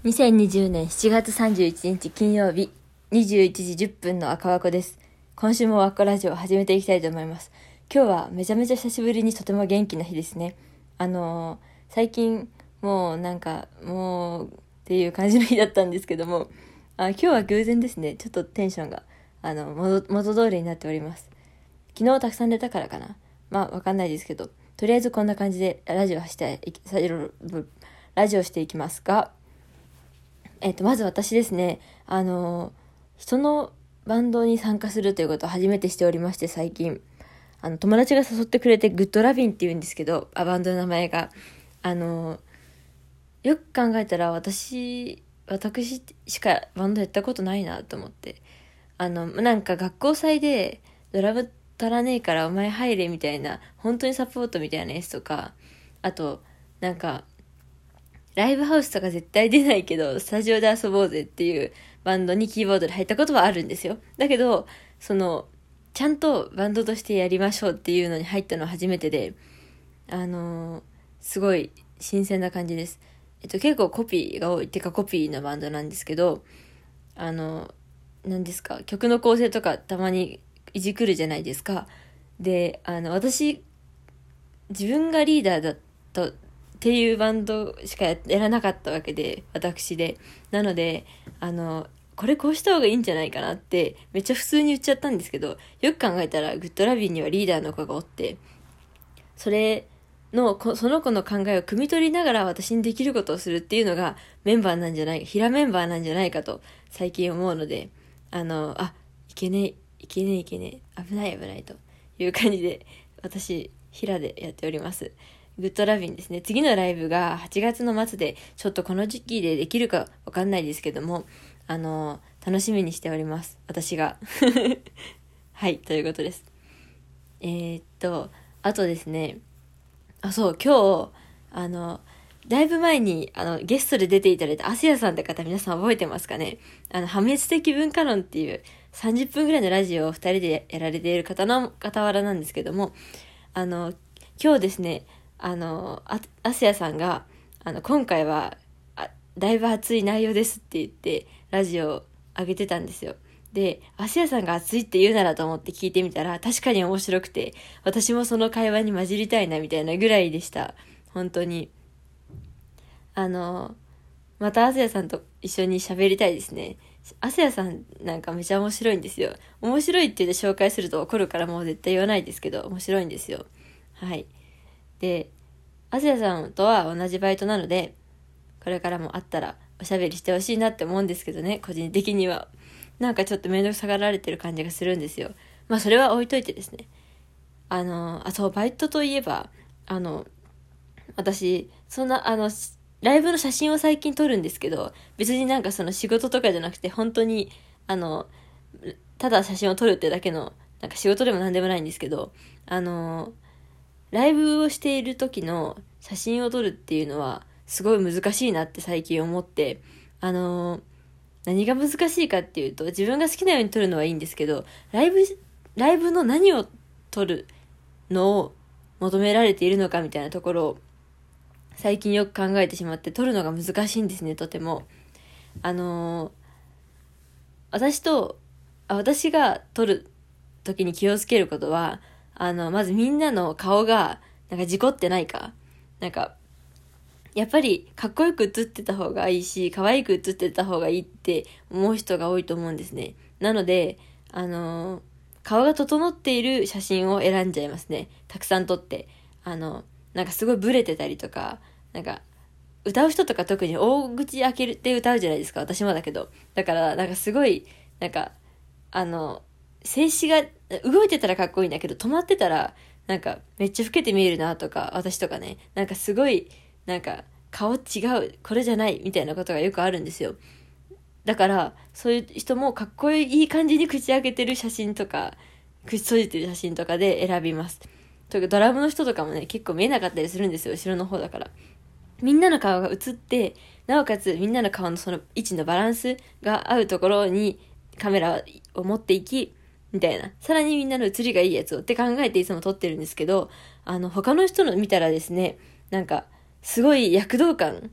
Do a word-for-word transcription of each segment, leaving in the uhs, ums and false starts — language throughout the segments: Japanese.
にせんにじゅうねんしちがつさんじゅういちにち金曜日にじゅういちじじゅっぷんの赤枠です。今週もワッコラジオを始めていきたいと思います。今日はめちゃめちゃ久しぶりにとても元気な日ですね。あのー、最近もうなんかもうっていう感じの日だったんですけども、あ今日は偶然ですね、ちょっとテンションがあの 元, 元通りになっております。昨日たくさん寝たからかな、まあわかんないですけど、とりあえずこんな感じでラジオしてラジオしていきますが、えっと、まず私ですね、あの、人のバンドに参加するということを初めてしておりまして、最近。あの、友達が誘ってくれて、グッドラビンって言うんですけど、あ、バンドの名前が。あの、よく考えたら私、私しかバンドやったことないなと思って。あの、なんか学校祭で、ドラム足らねえからお前入れみたいな、本当にサポートみたいなやつとか、あと、なんか、ライブハウスとか絶対出ないけど、スタジオで遊ぼうぜっていうバンドにキーボードで入ったことはあるんですよ。だけど、その、ちゃんとバンドとしてやりましょうっていうのに入ったのは初めてで、あのー、すごい新鮮な感じです。えっと、結構コピーが多い、てかコピーのバンドなんですけど、あの、何ですか、曲の構成とかたまにいじくるじゃないですか。で、あの、私、自分がリーダーだと、っていうバンドしかやらなかったわけで、私で。なので、あの、これこうした方がいいんじゃないかなって、めっちゃ普通に言っちゃったんですけど、よく考えたら、グッドラビーにはリーダーの子がおって、それの、その子の考えを汲み取りながら私にできることをするっていうのがメンバーなんじゃない、平メンバーなんじゃないかと最近思うので、あの、あ、いけねえ、いけねえいけねえ、危ない危ないという感じで、私、平でやっております。グッドラビンですね。次のライブがはちがつの末で、ちょっとこの時期でできるかわかんないですけども、あの、楽しみにしております。私が。はい、ということです。えー、っと、あとですね、あ、そう、今日、あの、だいぶ前に、あの、ゲストで出ていただいたアスヤさんって方皆さん覚えてますかね。あの、破滅的文化論っていうさんじゅっぷんぐらいのラジオをふたりでやられている方の傍らなんですけども、あの、今日ですね、あの、あアスヤさんが、あの、今回は、あ、だいぶ熱い内容ですって言って、ラジオを上げてたんですよ。で、アスヤさんが熱いって言うならと思って聞いてみたら、確かに面白くて、私もその会話に混じりたいなみたいなぐらいでした。本当に。あの、またアスヤさんと一緒に喋りたいですね。アスヤさんなんかめちゃ面白いんですよ。面白いって言って紹介すると怒るからもう絶対言わないですけど、面白いんですよ。はい。で、アスヤさんとは同じバイトなので、これからも会ったらおしゃべりしてほしいなって思うんですけどね、個人的には。なんかちょっとめんどくさがられてる感じがするんですよ。まあそれは置いといてですね。あの、あ、そう、バイトといえば、あの、私、そんな、あの、ライブの写真を最近撮るんですけど、別になんかその仕事とかじゃなくて、本当に、あの、ただ写真を撮るってだけの、なんか仕事でもなんでもないんですけど、あの、ライブをしている時の写真を撮るっていうのは、すごい難しいなって最近思って、あの、何が難しいかっていうと、自分が好きなように撮るのはいいんですけど、ライブ、ライブの何を撮るのを求められているのかみたいなところを最近よく考えてしまって撮るのが難しいんですね、とても。あのー、私と、あ私が撮る時に気をつけることは、あの、まずみんなの顔が、なんか事故ってないか。なんか、やっぱりかっこよく写ってた方がいいし、可愛く写ってた方がいいって思う人が多いと思うんですね。なので、あのー、顔が整っている写真を選んじゃいますね。たくさん撮って。あの、なんかすごいブレてたりとか、なんか、歌う人とか特に大口開けて歌うじゃないですか。私もだけど。だから、なんかすごい、なんか、あの、静止が、動いてたらかっこいいんだけど、止まってたら、なんか、めっちゃ老けて見えるなとか、私とかね。なんかすごい、なんか、顔違う、これじゃない、みたいなことがよくあるんですよ。だから、そういう人もかっこいい感じに口開けてる写真とか、口閉じてる写真とかで選びます。というか、ドラムの人とかもね、結構見えなかったりするんですよ、後ろの方だから。みんなの顔が映って、なおかつみんなの顔のその位置のバランスが合うところにカメラを持っていき、みたいな。さらにみんなの写りがいいやつをって考えていつも撮ってるんですけど、あの、他の人の見たらですね、なんか、すごい躍動感、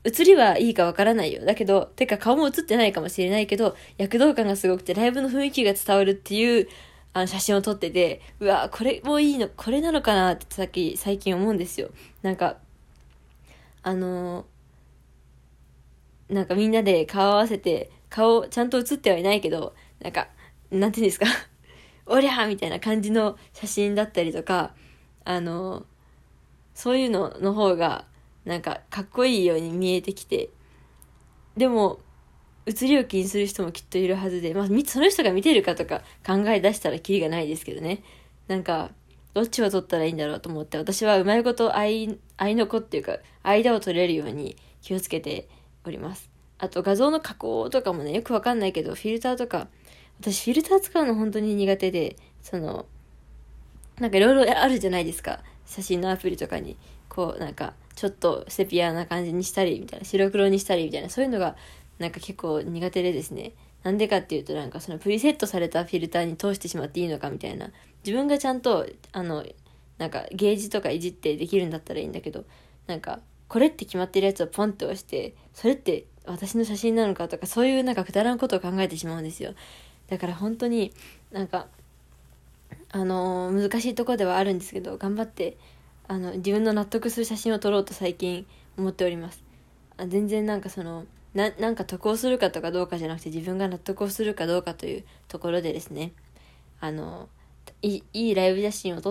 写りはいいかわからないよ。だけど、てか顔も写ってないかもしれないけど、躍動感がすごくてライブの雰囲気が伝わるっていうあの写真を撮ってて、うわ、これもいいの、これなのかなってさっき最近思うんですよ。なんか、あのー、なんかみんなで顔合わせて、顔ちゃんと写ってはいないけど、なんか、なんていうんですかおりゃーみたいな感じの写真だったりとか、あのー、そういうのの方が、なんかかっこいいように見えてきて、でも、写りを気にする人もきっといるはずで、まあ、その人が見てるかとか考え出したらキリがないですけどね。なんか、どっちを取ったらいいんだろうと思って、私はうまいこと愛、愛の子っていうか、間を取れるように気をつけております。あと、画像の加工とかもね、よくわかんないけど、フィルターとか、私フィルター使うの本当に苦手で、その、なんかいろいろあるじゃないですか。写真のアプリとかに、こう、なんか、ちょっとセピアな感じにしたり、みたいな、白黒にしたり、みたいな、そういうのが、なんか結構苦手でですね。なんでかっていうと、なんかそのプリセットされたフィルターに通してしまっていいのかみたいな。自分がちゃんと、あの、なんかゲージとかいじってできるんだったらいいんだけど、なんか、これって決まってるやつをポンって押して、それって私の写真なのかとか、そういうなんかくだらんことを考えてしまうんですよ。だから本当になんか、あのー難しいところではあるんですけど、頑張って、あの、自分の納得する写真を撮ろうと最近思っております。あ全然なんかその、な、なんか得をするかとかどうかじゃなくて自分が納得をするかどうかというところでですね、あの、いい、いいライブ写真を撮って、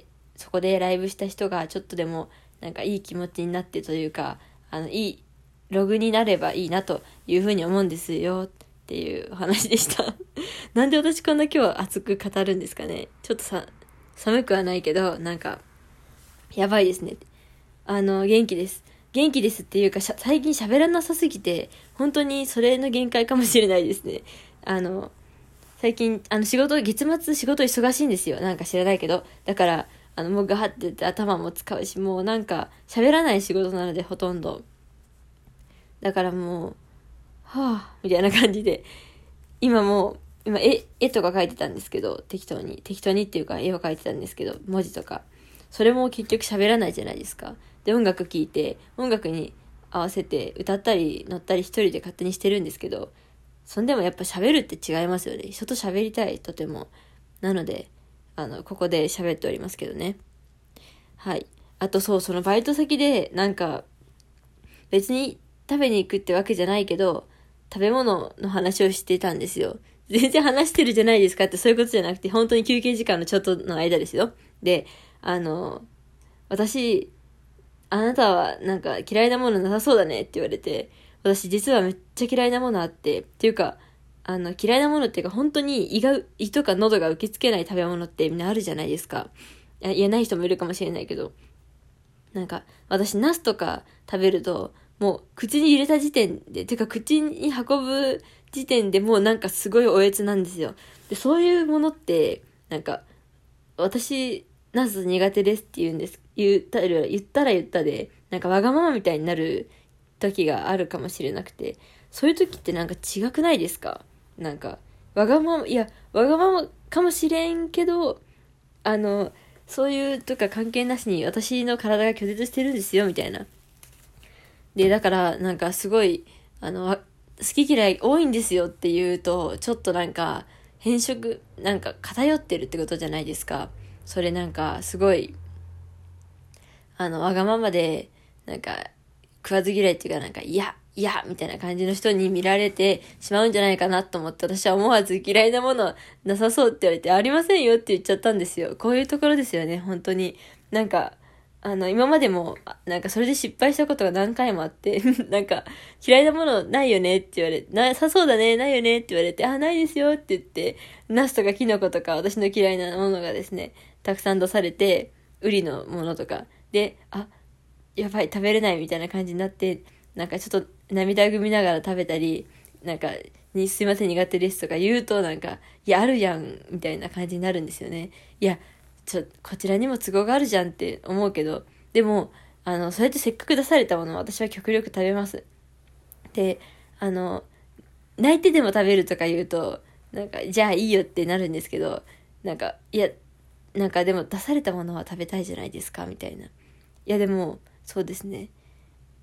そこでライブした人がちょっとでもなんかいい気持ちになってというか、あの、いいログになればいいなというふうに思うんですよっていうお話でしたなんで私こんな今日熱く語るんですかね。ちょっとさ、寒くはないけど、なんか、やばいですね。あの、元気です。元気ですっていうか、最近喋らなさすぎて、本当にそれの限界かもしれないですね。あの、最近、あの、仕事、月末仕事忙しいんですよ。なんか知らないけど。だから、あの、もうガーってて頭も使うし、もうなんか、喋らない仕事なので、ほとんど。だからもう、はぁ、みたいな感じで、今もう、今絵、絵とか描いてたんですけど、適当に。適当にっていうか、絵を描いてたんですけど、文字とか。それも結局喋らないじゃないですか。で、音楽聴いて、音楽に合わせて歌ったり乗ったり一人で勝手にしてるんですけど、そんでもやっぱ喋るって違いますよね。人と喋りたい、とても。なので、あの、ここで喋っておりますけどね。はい。あとそう、そのバイト先で、なんか、別に食べに行くってわけじゃないけど、食べ物の話をしてたんですよ。全然話してるじゃないですかってそういうことじゃなくて、本当に休憩時間のちょっとの間ですよ。で、あの、私、あなたはなんか嫌いなものなさそうだねって言われて、私実はめっちゃ嫌いなものあって、っていうか、あの嫌いなものっていうか本当に胃が、胃とか喉が受け付けない食べ物ってみんなあるじゃないですか。言えない人もいるかもしれないけど、なんか私ナスとか食べると、もう口に入れた時点で、てか口に運ぶ時点でもうなんかすごいおえつなんですよ。で、そういうものって、なんか、私、ナス苦手ですって言うんです。言ったら、言ったら言ったで、なんかわがままみたいになる時があるかもしれなくて、そういう時ってなんか違くないですか？なんか、わがまま、いや、わがままかもしれんけど、あの、そういうとか関係なしに私の体が拒絶してるんですよ、みたいな。で、だから、なんかすごい、あの、好き嫌い多いんですよって言うと、ちょっとなんか、変色、なんか偏ってるってことじゃないですか。それなんか、すごい、あの、わがままで、なんか、食わず嫌いっていうか、なんか、いや、いや、みたいな感じの人に見られてしまうんじゃないかなと思って、私は思わず嫌いなものなさそうって言われて、ありませんよって言っちゃったんですよ。こういうところですよね、本当に。なんか、あの、今までも、なんかそれで失敗したことが何回もあって、なんか、嫌いなものないよねって言われて、なさそうだね、ないよねって言われて、あ、ないですよって言って、ナスとかキノコとか私の嫌いなものがですね、たくさん出されて、ウリのものとか、で、あ、やばい、食べれないみたいな感じになって、なんかちょっと涙ぐみながら食べたり、なんか、にすいません苦手ですとか言うとなんか、いや、あるやん、みたいな感じになるんですよね。いや、ちょ、こちらにも都合があるじゃんって思うけど、でも、あの、それってせっかく出されたものを私は極力食べます。で、あの、泣いてでも食べるとか言うと、なんか、じゃあいいよってなるんですけど、なんか、いや、なんかでも出されたものは食べたいじゃないですか、みたいな。いやでも、そうですね。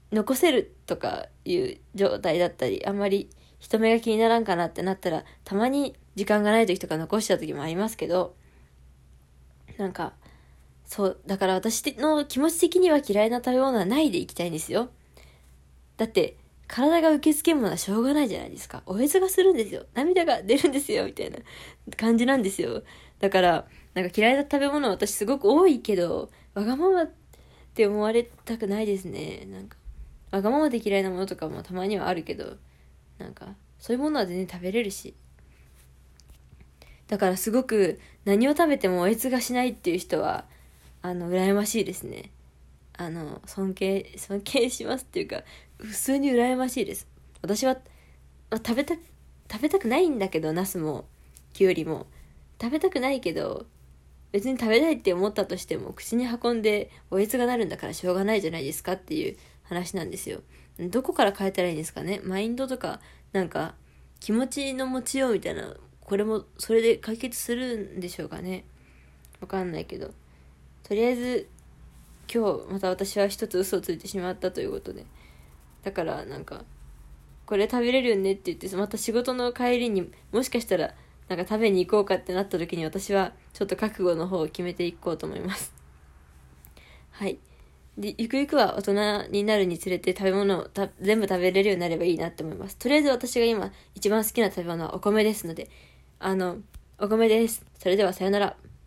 残せるとかいう状態だったり、あんまり人目が気にならんかなってなったら、たまに時間がない時とか残しちゃう時もありますけど、なんかそうだから私の気持ち的には嫌いな食べ物はないでいきたいんですよ。だって体が受け付けんものはしょうがないじゃないですか。おえつがするんですよ、涙が出るんですよみたいな感じなんですよ。だからなんか嫌いな食べ物は私すごく多いけど、わがままって思われたくないですね。なんかわがままで嫌いなものとかもたまにはあるけど、なんかそういうものは全然食べれるし、だからすごく何を食べてもおえつがしないっていう人はあの羨ましいですね。あの尊敬尊敬しますっていうか、普通に羨ましいです。私は、まあ、食べた食べたくないんだけど、ナスもキュウリも食べたくないけど、別に食べたいって思ったとしても口に運んでおえつがなるんだからしょうがないじゃないですかっていう話なんですよ。どこから変えたらいいんですかね。マインドとかなんか気持ちの持ちようみたいな、これもそれで解決するんでしょうかね。わかんないけど、とりあえず今日また私は一つ嘘をついてしまったということで、だからなんかこれ食べれるよねって言って、また仕事の帰りにもしかしたらなんか食べに行こうかってなった時に、私はちょっと覚悟の方を決めていこうと思います。はい。でゆくゆくは大人になるにつれて食べ物をた全部食べれるようになればいいなって思います。とりあえず私が今一番好きな食べ物はお米ですので、あのお米です。それではさよなら。